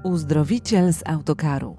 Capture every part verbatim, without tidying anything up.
Uzdrowiciel z autokaru.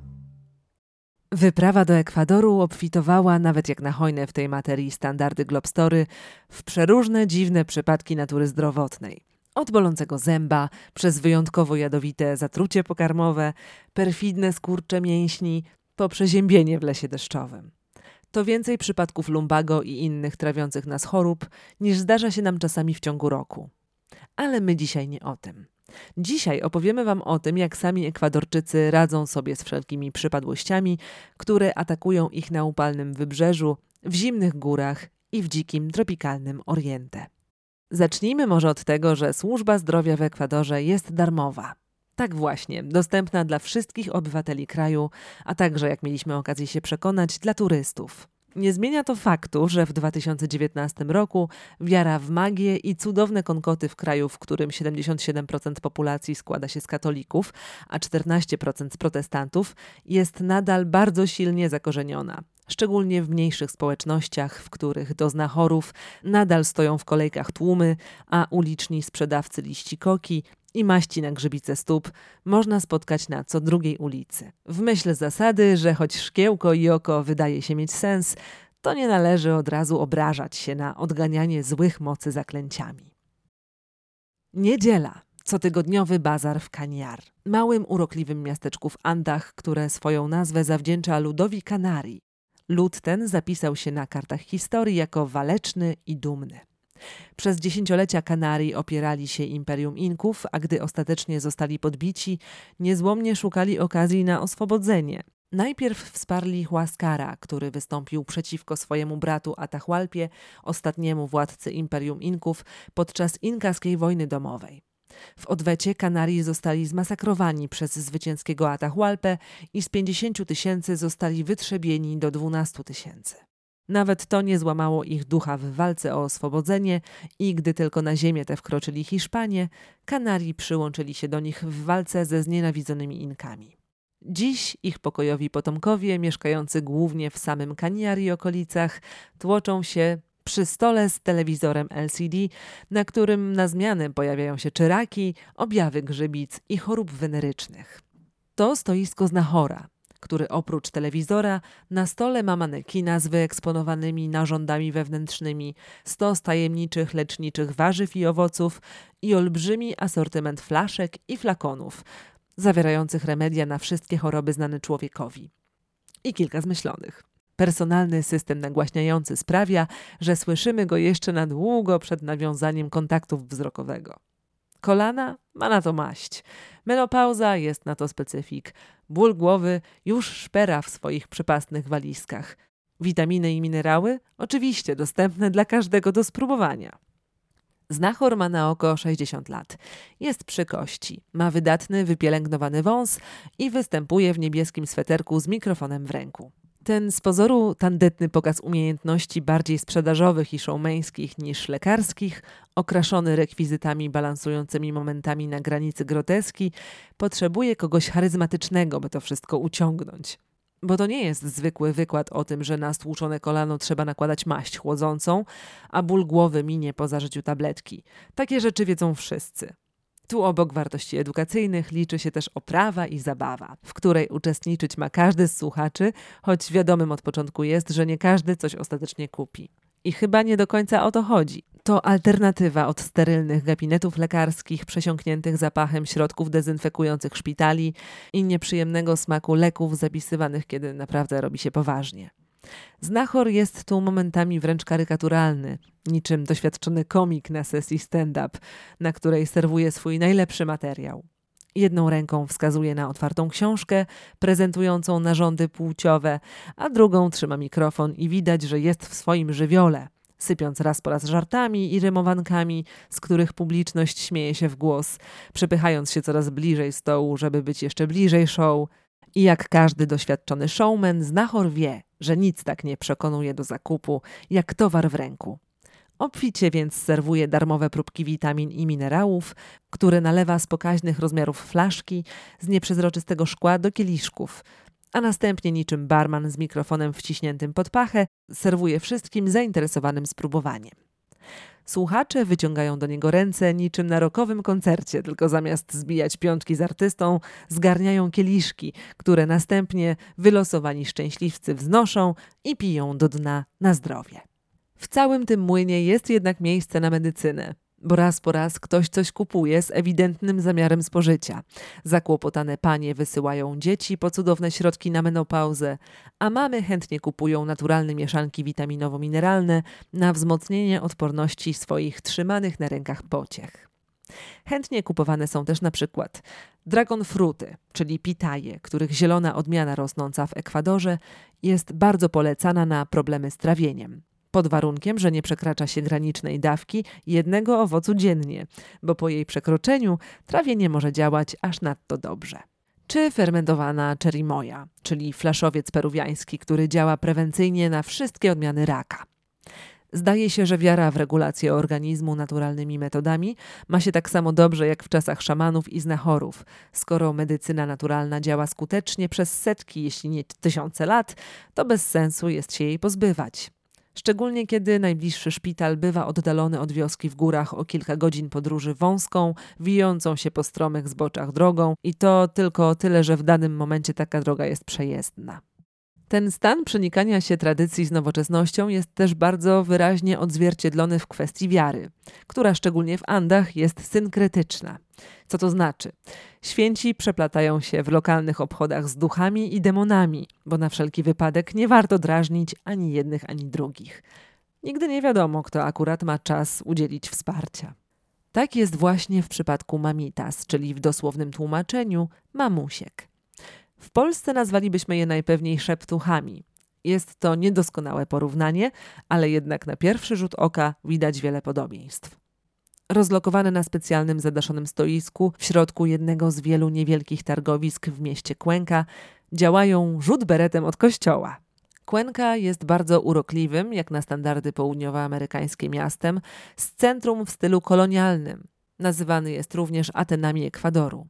Wyprawa do Ekwadoru obfitowała, nawet jak na hojne w tej materii standardy Globstory, w przeróżne dziwne przypadki natury zdrowotnej. Od bolącego zęba, przez wyjątkowo jadowite zatrucie pokarmowe, perfidne skurcze mięśni, po przeziębienie w lesie deszczowym. To więcej przypadków lumbago i innych trawiących nas chorób, niż zdarza się nam czasami w ciągu roku. Ale my dzisiaj nie o tym. Dzisiaj opowiemy Wam o tym, jak sami Ekwadorczycy radzą sobie z wszelkimi przypadłościami, które atakują ich na upalnym wybrzeżu, w zimnych górach i w dzikim, tropikalnym Oriente. Zacznijmy może od tego, że służba zdrowia w Ekwadorze jest darmowa. Tak właśnie, dostępna dla wszystkich obywateli kraju, a także, jak mieliśmy okazję się przekonać, dla turystów. Nie zmienia to faktu, że w dwa tysiące dziewiętnastym roku wiara w magię i cudowne konkoty w kraju, w którym siedemdziesiąt siedem procent populacji składa się z katolików, a czternaście procent z protestantów, jest nadal bardzo silnie zakorzeniona. Szczególnie w mniejszych społecznościach, w których do znachorów nadal stoją w kolejkach tłumy, a uliczni sprzedawcy liści koki i maści na grzybice stóp można spotkać na co drugiej ulicy. W myśl zasady, że choć szkiełko i oko wydaje się mieć sens, to nie należy od razu obrażać się na odganianie złych mocy zaklęciami. Niedziela. Cotygodniowy bazar w Cañar, małym urokliwym miasteczku w Andach, które swoją nazwę zawdzięcza ludowi Kanarii. Lud ten zapisał się na kartach historii jako waleczny i dumny. Przez dziesięciolecia Kanarii opierali się Imperium Inków, a gdy ostatecznie zostali podbici, niezłomnie szukali okazji na oswobodzenie. Najpierw wsparli Huascara, który wystąpił przeciwko swojemu bratu Atahualpie, ostatniemu władcy Imperium Inków, podczas inkaskiej wojny domowej. W odwecie Kanarii zostali zmasakrowani przez zwycięskiego Atahualpę i z pięćdziesięciu tysięcy zostali wytrzebieni do dwunastu tysięcy. Nawet to nie złamało ich ducha w walce o oswobodzenie i gdy tylko na ziemię tę wkroczyli Hiszpanie, Kanarii przyłączyli się do nich w walce ze znienawidzonymi Inkami. Dziś ich pokojowi potomkowie, mieszkający głównie w samym Cañar i okolicach, tłoczą się przy stole z telewizorem L C D, na którym na zmianę pojawiają się czyraki, objawy grzybic i chorób wenerycznych. To stoisko znachora, który oprócz telewizora na stole ma manekina z wyeksponowanymi narządami wewnętrznymi, stos tajemniczych leczniczych warzyw i owoców i olbrzymi asortyment flaszek i flakonów, zawierających remedia na wszystkie choroby znane człowiekowi. I kilka zmyślonych. Personalny system nagłaśniający sprawia, że słyszymy go jeszcze na długo przed nawiązaniem kontaktu wzrokowego. Kolana ma na to maść. Menopauza jest na to specyfik. Ból głowy już szpera w swoich przepastnych walizkach. Witaminy i minerały? Oczywiście dostępne dla każdego do spróbowania. Znachor ma na oko sześćdziesiąt lat. Jest przy kości. Ma wydatny, wypielęgnowany wąs i występuje w niebieskim sweterku z mikrofonem w ręku. Ten z pozoru tandetny pokaz umiejętności bardziej sprzedażowych i showmeńskich niż lekarskich, okraszony rekwizytami balansującymi momentami na granicy groteski, potrzebuje kogoś charyzmatycznego, by to wszystko uciągnąć. Bo to nie jest zwykły wykład o tym, że na stłuczone kolano trzeba nakładać maść chłodzącą, a ból głowy minie po zażyciu tabletki. Takie rzeczy wiedzą wszyscy. Tu obok wartości edukacyjnych liczy się też oprawa i zabawa, w której uczestniczyć ma każdy z słuchaczy, choć wiadomym od początku jest, że nie każdy coś ostatecznie kupi. I chyba nie do końca o to chodzi. To alternatywa od sterylnych gabinetów lekarskich przesiąkniętych zapachem środków dezynfekujących szpitali i nieprzyjemnego smaku leków zapisywanych, kiedy naprawdę robi się poważnie. Znachor jest tu momentami wręcz karykaturalny, niczym doświadczony komik na sesji stand-up, na której serwuje swój najlepszy materiał. Jedną ręką wskazuje na otwartą książkę prezentującą narządy płciowe, a drugą trzyma mikrofon i widać, że jest w swoim żywiole, sypiąc raz po raz żartami i rymowankami, z których publiczność śmieje się w głos, przepychając się coraz bliżej stołu, żeby być jeszcze bliżej show. I jak każdy doświadczony showman, znachor wie, że nic tak nie przekonuje do zakupu, jak towar w ręku. Obficie więc serwuje darmowe próbki witamin i minerałów, które nalewa z pokaźnych rozmiarów flaszki z nieprzezroczystego szkła do kieliszków, a następnie niczym barman z mikrofonem wciśniętym pod pachę serwuje wszystkim zainteresowanym spróbowaniem. Słuchacze wyciągają do niego ręce niczym na rockowym koncercie, tylko zamiast zbijać piątki z artystą, zgarniają kieliszki, które następnie wylosowani szczęśliwcy wznoszą i piją do dna na zdrowie. W całym tym młynie jest jednak miejsce na medycynę, bo raz po raz ktoś coś kupuje z ewidentnym zamiarem spożycia. Zakłopotane panie wysyłają dzieci po cudowne środki na menopauzę, a mamy chętnie kupują naturalne mieszanki witaminowo-mineralne na wzmocnienie odporności swoich trzymanych na rękach pociech. Chętnie kupowane są też na przykład dragon fruty, czyli pitaje, których zielona odmiana rosnąca w Ekwadorze jest bardzo polecana na problemy z trawieniem. Pod warunkiem, że nie przekracza się granicznej dawki jednego owocu dziennie, bo po jej przekroczeniu trawienie może działać aż nadto dobrze. Czy fermentowana cherimoya, czyli flaszowiec peruwiański, który działa prewencyjnie na wszystkie odmiany raka. Zdaje się, że wiara w regulację organizmu naturalnymi metodami ma się tak samo dobrze jak w czasach szamanów i znachorów. Skoro medycyna naturalna działa skutecznie przez setki, jeśli nie tysiące lat, to bez sensu jest się jej pozbywać. Szczególnie kiedy najbliższy szpital bywa oddalony od wioski w górach o kilka godzin podróży wąską, wijącą się po stromych zboczach drogą i to tylko o tyle, że w danym momencie taka droga jest przejezdna. Ten stan przenikania się tradycji z nowoczesnością jest też bardzo wyraźnie odzwierciedlony w kwestii wiary, która szczególnie w Andach jest synkretyczna. Co to znaczy? Święci przeplatają się w lokalnych obchodach z duchami i demonami, bo na wszelki wypadek nie warto drażnić ani jednych, ani drugich. Nigdy nie wiadomo, kto akurat ma czas udzielić wsparcia. Tak jest właśnie w przypadku mamitas, czyli w dosłownym tłumaczeniu mamusiek. W Polsce nazwalibyśmy je najpewniej szeptuchami. Jest to niedoskonałe porównanie, ale jednak na pierwszy rzut oka widać wiele podobieństw. Rozlokowane na specjalnym zadaszonym stoisku w środku jednego z wielu niewielkich targowisk w mieście Cuenca działają rzut beretem od kościoła. Cuenca jest bardzo urokliwym, jak na standardy południowoamerykańskie miastem, z centrum w stylu kolonialnym. Nazywany jest również Atenami Ekwadoru.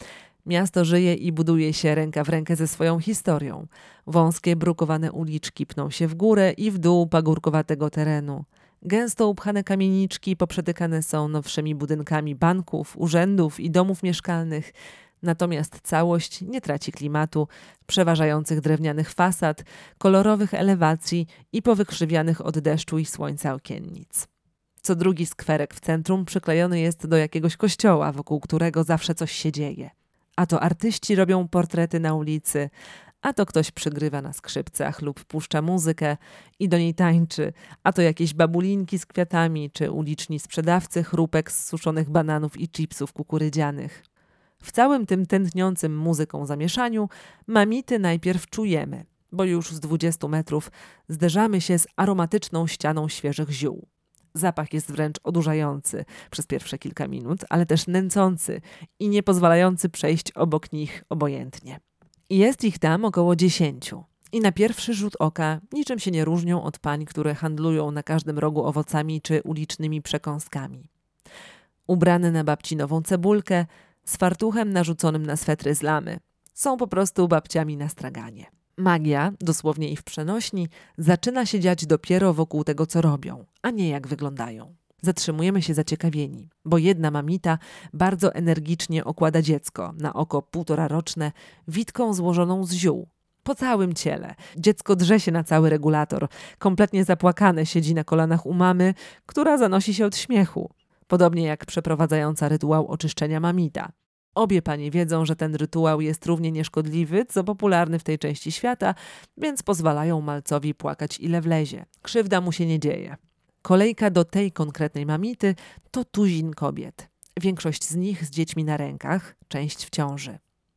Miasto żyje i buduje się ręka w rękę ze swoją historią. Wąskie, brukowane uliczki pną się w górę i w dół pagórkowatego terenu. Gęsto upchane kamieniczki poprzetykane są nowszymi budynkami banków, urzędów i domów mieszkalnych. Natomiast całość nie traci klimatu, przeważających drewnianych fasad, kolorowych elewacji i powykrzywianych od deszczu i słońca okiennic. Co drugi skwerek w centrum przyklejony jest do jakiegoś kościoła, wokół którego zawsze coś się dzieje. A to artyści robią portrety na ulicy, a to ktoś przygrywa na skrzypcach lub puszcza muzykę i do niej tańczy, a to jakieś babulinki z kwiatami czy uliczni sprzedawcy chrupek z suszonych bananów i chipsów kukurydzianych. W całym tym tętniącym muzyką zamieszaniu mamity najpierw czujemy, bo już z dwudziestu metrów zderzamy się z aromatyczną ścianą świeżych ziół. Zapach jest wręcz odurzający przez pierwsze kilka minut, ale też nęcący i nie pozwalający przejść obok nich obojętnie. Jest ich tam około dziesięciu i na pierwszy rzut oka niczym się nie różnią od pań, które handlują na każdym rogu owocami czy ulicznymi przekąskami. Ubrane na babcinową cebulkę, z fartuchem narzuconym na swetry z lamy. Są po prostu babciami na straganie. Magia, dosłownie i w przenośni, zaczyna się dziać dopiero wokół tego, co robią, a nie jak wyglądają. Zatrzymujemy się zaciekawieni, bo jedna mamita bardzo energicznie okłada dziecko, na oko półtora roczne, witką złożoną z ziół. Po całym ciele. Dziecko drze się na cały regulator. Kompletnie zapłakane siedzi na kolanach u mamy, która zanosi się od śmiechu. Podobnie jak przeprowadzająca rytuał oczyszczenia mamita. Obie panie wiedzą, że ten rytuał jest równie nieszkodliwy, co popularny w tej części świata, więc pozwalają malcowi płakać ile wlezie. Krzywda mu się nie dzieje. Kolejka do tej konkretnej mamity to tuzin kobiet. Większość z nich z dziećmi na rękach, część w ciąży.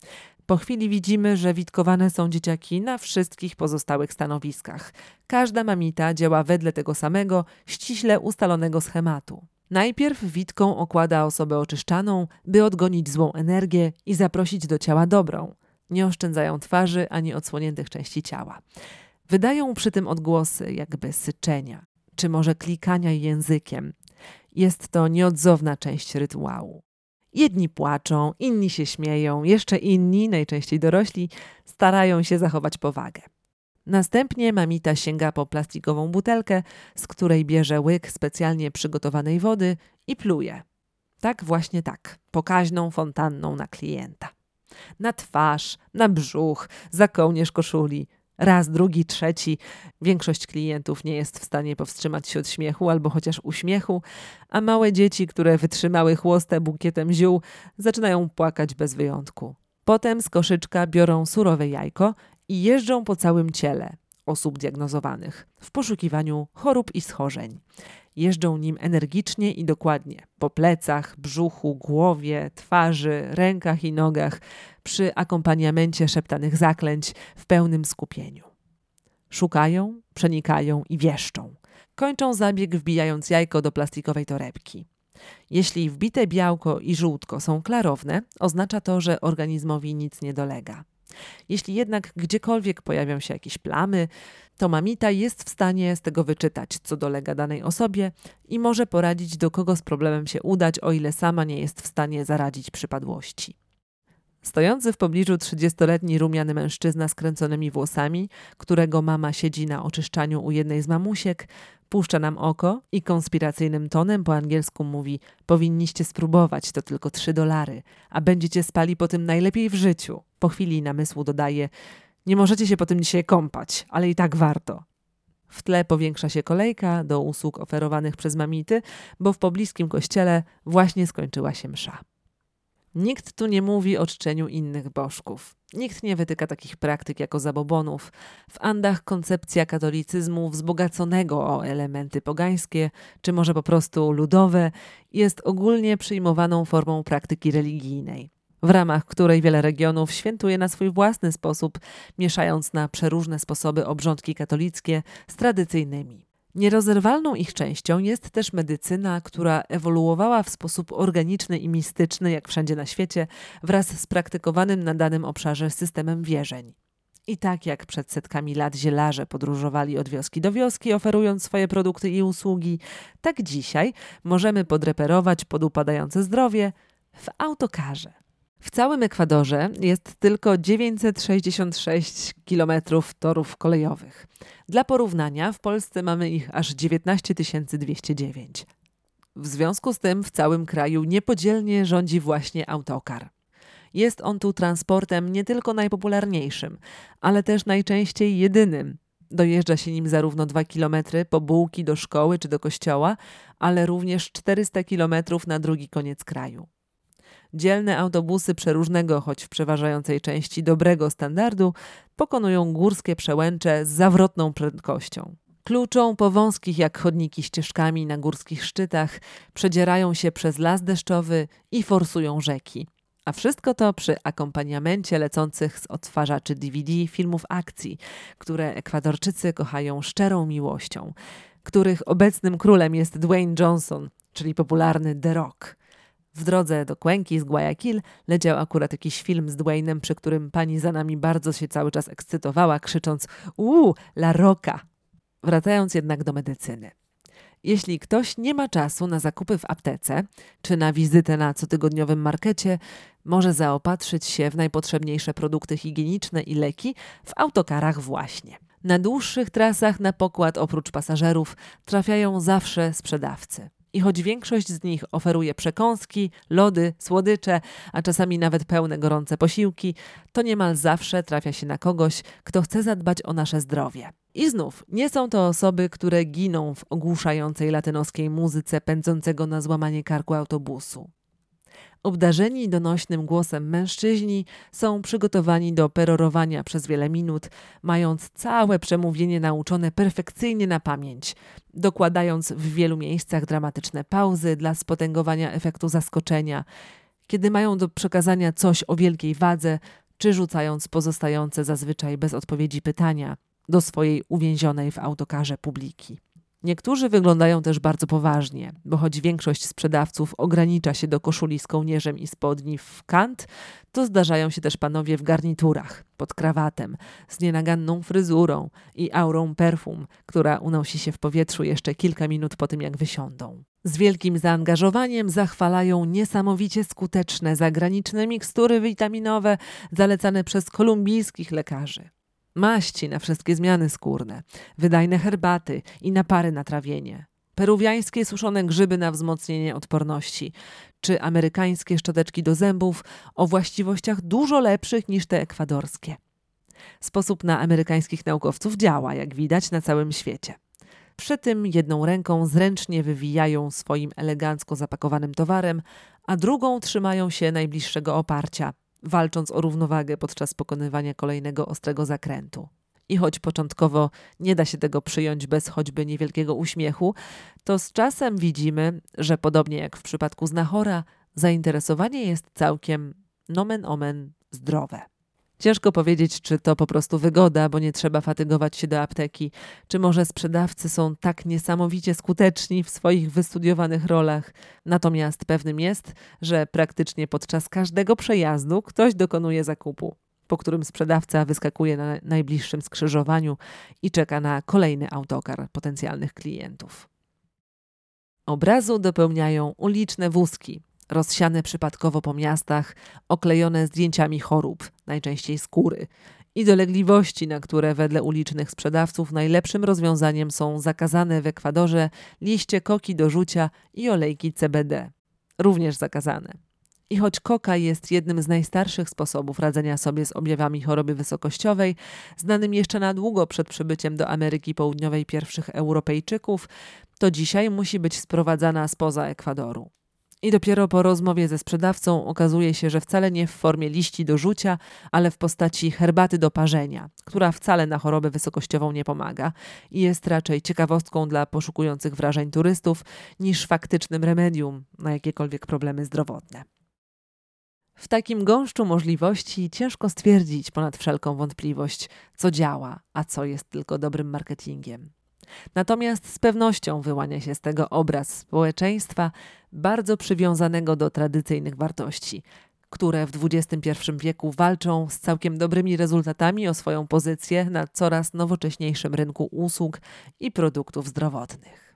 Po chwili widzimy, że witkowane są dzieciaki na wszystkich pozostałych stanowiskach. Każda mamita działa wedle tego samego, ściśle ustalonego schematu. Najpierw witką okłada osobę oczyszczaną, by odgonić złą energię i zaprosić do ciała dobrą. Nie oszczędzają twarzy ani odsłoniętych części ciała. Wydają przy tym odgłosy jakby syczenia, czy może klikania językiem. Jest to nieodzowna część rytuału. Jedni płaczą, inni się śmieją, jeszcze inni, najczęściej dorośli, starają się zachować powagę. Następnie mamita sięga po plastikową butelkę, z której bierze łyk specjalnie przygotowanej wody i pluje. Tak, właśnie tak, pokaźną fontanną na klienta. Na twarz, na brzuch, za kołnierz koszuli. Raz, drugi, trzeci. Większość klientów nie jest w stanie powstrzymać się od śmiechu albo chociaż uśmiechu, a małe dzieci, które wytrzymały chłostę bukietem ziół, zaczynają płakać bez wyjątku. Potem z koszyczka biorą surowe jajko i jeżdżą po całym ciele osób diagnozowanych w poszukiwaniu chorób i schorzeń. Jeżdżą nim energicznie i dokładnie, po plecach, brzuchu, głowie, twarzy, rękach i nogach, przy akompaniamencie szeptanych zaklęć w pełnym skupieniu. Szukają, przenikają i wieszczą. Kończą zabieg wbijając jajko do plastikowej torebki. Jeśli wbite białko i żółtko są klarowne, oznacza to, że organizmowi nic nie dolega. Jeśli jednak gdziekolwiek pojawią się jakieś plamy, to mamita jest w stanie z tego wyczytać, co dolega danej osobie i może poradzić, do kogo z problemem się udać, o ile sama nie jest w stanie zaradzić przypadłości. Stojący w pobliżu trzydziestoletni rumiany mężczyzna z kręconymi włosami, którego mama siedzi na oczyszczaniu u jednej z mamusiek, puszcza nam oko i konspiracyjnym tonem po angielsku mówi: powinniście spróbować, to tylko trzy dolary, a będziecie spali po tym najlepiej w życiu. Po chwili namysłu dodaje: nie możecie się po tym dzisiaj kąpać, ale i tak warto. W tle powiększa się kolejka do usług oferowanych przez mamity, bo w pobliskim kościele właśnie skończyła się msza. Nikt tu nie mówi o czczeniu innych bożków. Nikt nie wytyka takich praktyk jako zabobonów. W Andach koncepcja katolicyzmu wzbogaconego o elementy pogańskie, czy może po prostu ludowe, jest ogólnie przyjmowaną formą praktyki religijnej, w ramach której wiele regionów świętuje na swój własny sposób, mieszając na przeróżne sposoby obrządki katolickie z tradycyjnymi. Nierozerwalną ich częścią jest też medycyna, która ewoluowała w sposób organiczny i mistyczny, jak wszędzie na świecie, wraz z praktykowanym na danym obszarze systemem wierzeń. I tak jak przed setkami lat zielarze podróżowali od wioski do wioski, oferując swoje produkty i usługi, tak dzisiaj możemy podreperować podupadające zdrowie w autokarze. W całym Ekwadorze jest tylko dziewięćset sześćdziesiąt sześć kilometrów torów kolejowych. Dla porównania w Polsce mamy ich aż dziewiętnaście tysięcy dwieście dziewięć. W związku z tym w całym kraju niepodzielnie rządzi właśnie autokar. Jest on tu transportem nie tylko najpopularniejszym, ale też najczęściej jedynym. Dojeżdża się nim zarówno dwa kilometry po bułki do szkoły czy do kościoła, ale również czterysta kilometrów na drugi koniec kraju. Dzielne autobusy przeróżnego, choć w przeważającej części dobrego standardu, pokonują górskie przełęcze z zawrotną prędkością. Kluczą po wąskich jak chodniki ścieżkami na górskich szczytach, przedzierają się przez las deszczowy i forsują rzeki. A wszystko to przy akompaniamencie lecących z odtwarzaczy D V D filmów akcji, które Ekwadorczycy kochają szczerą miłością, których obecnym królem jest Dwayne Johnson, czyli popularny The Rock. W drodze do Cuenki z Guayaquil leciał akurat jakiś film z Dwaynem, przy którym pani za nami bardzo się cały czas ekscytowała, krzycząc uuu, La Rocka. Wracając jednak do medycyny. Jeśli ktoś nie ma czasu na zakupy w aptece, czy na wizytę na cotygodniowym markecie, może zaopatrzyć się w najpotrzebniejsze produkty higieniczne i leki w autokarach właśnie. Na dłuższych trasach na pokład oprócz pasażerów trafiają zawsze sprzedawcy. I choć większość z nich oferuje przekąski, lody, słodycze, a czasami nawet pełne gorące posiłki, to niemal zawsze trafia się na kogoś, kto chce zadbać o nasze zdrowie. I znów, nie są to osoby, które giną w ogłuszającej latynoskiej muzyce pędzącego na złamanie karku autobusu. Obdarzeni donośnym głosem mężczyźni są przygotowani do perorowania przez wiele minut, mając całe przemówienie nauczone perfekcyjnie na pamięć, dokładając w wielu miejscach dramatyczne pauzy dla spotęgowania efektu zaskoczenia, kiedy mają do przekazania coś o wielkiej wadze, czy rzucając pozostające zazwyczaj bez odpowiedzi pytania do swojej uwięzionej w autokarze publiki. Niektórzy wyglądają też bardzo poważnie, bo choć większość sprzedawców ogranicza się do koszuli z kołnierzem i spodni w kant, to zdarzają się też panowie w garniturach, pod krawatem, z nienaganną fryzurą i aurą perfum, która unosi się w powietrzu jeszcze kilka minut po tym, jak wysiądą. Z wielkim zaangażowaniem zachwalają niesamowicie skuteczne zagraniczne mikstury witaminowe zalecane przez kolumbijskich lekarzy. Maści na wszystkie zmiany skórne, wydajne herbaty i napary na trawienie, peruwiańskie suszone grzyby na wzmocnienie odporności, czy amerykańskie szczoteczki do zębów o właściwościach dużo lepszych niż te ekwadorskie. Sposób na amerykańskich naukowców działa, jak widać, na całym świecie. Przy tym jedną ręką zręcznie wywijają swoim elegancko zapakowanym towarem, a drugą trzymają się najbliższego oparcia, walcząc o równowagę podczas pokonywania kolejnego ostrego zakrętu. I choć początkowo nie da się tego przyjąć bez choćby niewielkiego uśmiechu, to z czasem widzimy, że podobnie jak w przypadku znachora, zainteresowanie jest całkiem nomen omen zdrowe. Ciężko powiedzieć, czy to po prostu wygoda, bo nie trzeba fatygować się do apteki, czy może sprzedawcy są tak niesamowicie skuteczni w swoich wystudiowanych rolach. Natomiast pewnym jest, że praktycznie podczas każdego przejazdu ktoś dokonuje zakupu, po którym sprzedawca wyskakuje na najbliższym skrzyżowaniu i czeka na kolejny autokar potencjalnych klientów. Obrazu dopełniają uliczne wózki, rozsiane przypadkowo po miastach, oklejone zdjęciami chorób, najczęściej skóry, i dolegliwości, na które wedle ulicznych sprzedawców najlepszym rozwiązaniem są zakazane w Ekwadorze liście koki do rzucia i olejki C B D. Również zakazane. I choć koka jest jednym z najstarszych sposobów radzenia sobie z objawami choroby wysokościowej, znanym jeszcze na długo przed przybyciem do Ameryki Południowej pierwszych Europejczyków, to dzisiaj musi być sprowadzana spoza Ekwadoru. I dopiero po rozmowie ze sprzedawcą okazuje się, że wcale nie w formie liści do rzucia, ale w postaci herbaty do parzenia, która wcale na chorobę wysokościową nie pomaga i jest raczej ciekawostką dla poszukujących wrażeń turystów niż faktycznym remedium na jakiekolwiek problemy zdrowotne. W takim gąszczu możliwości ciężko stwierdzić ponad wszelką wątpliwość, co działa, a co jest tylko dobrym marketingiem. Natomiast z pewnością wyłania się z tego obraz społeczeństwa bardzo przywiązanego do tradycyjnych wartości, które w dwudziestym pierwszym wieku walczą z całkiem dobrymi rezultatami o swoją pozycję na coraz nowocześniejszym rynku usług i produktów zdrowotnych.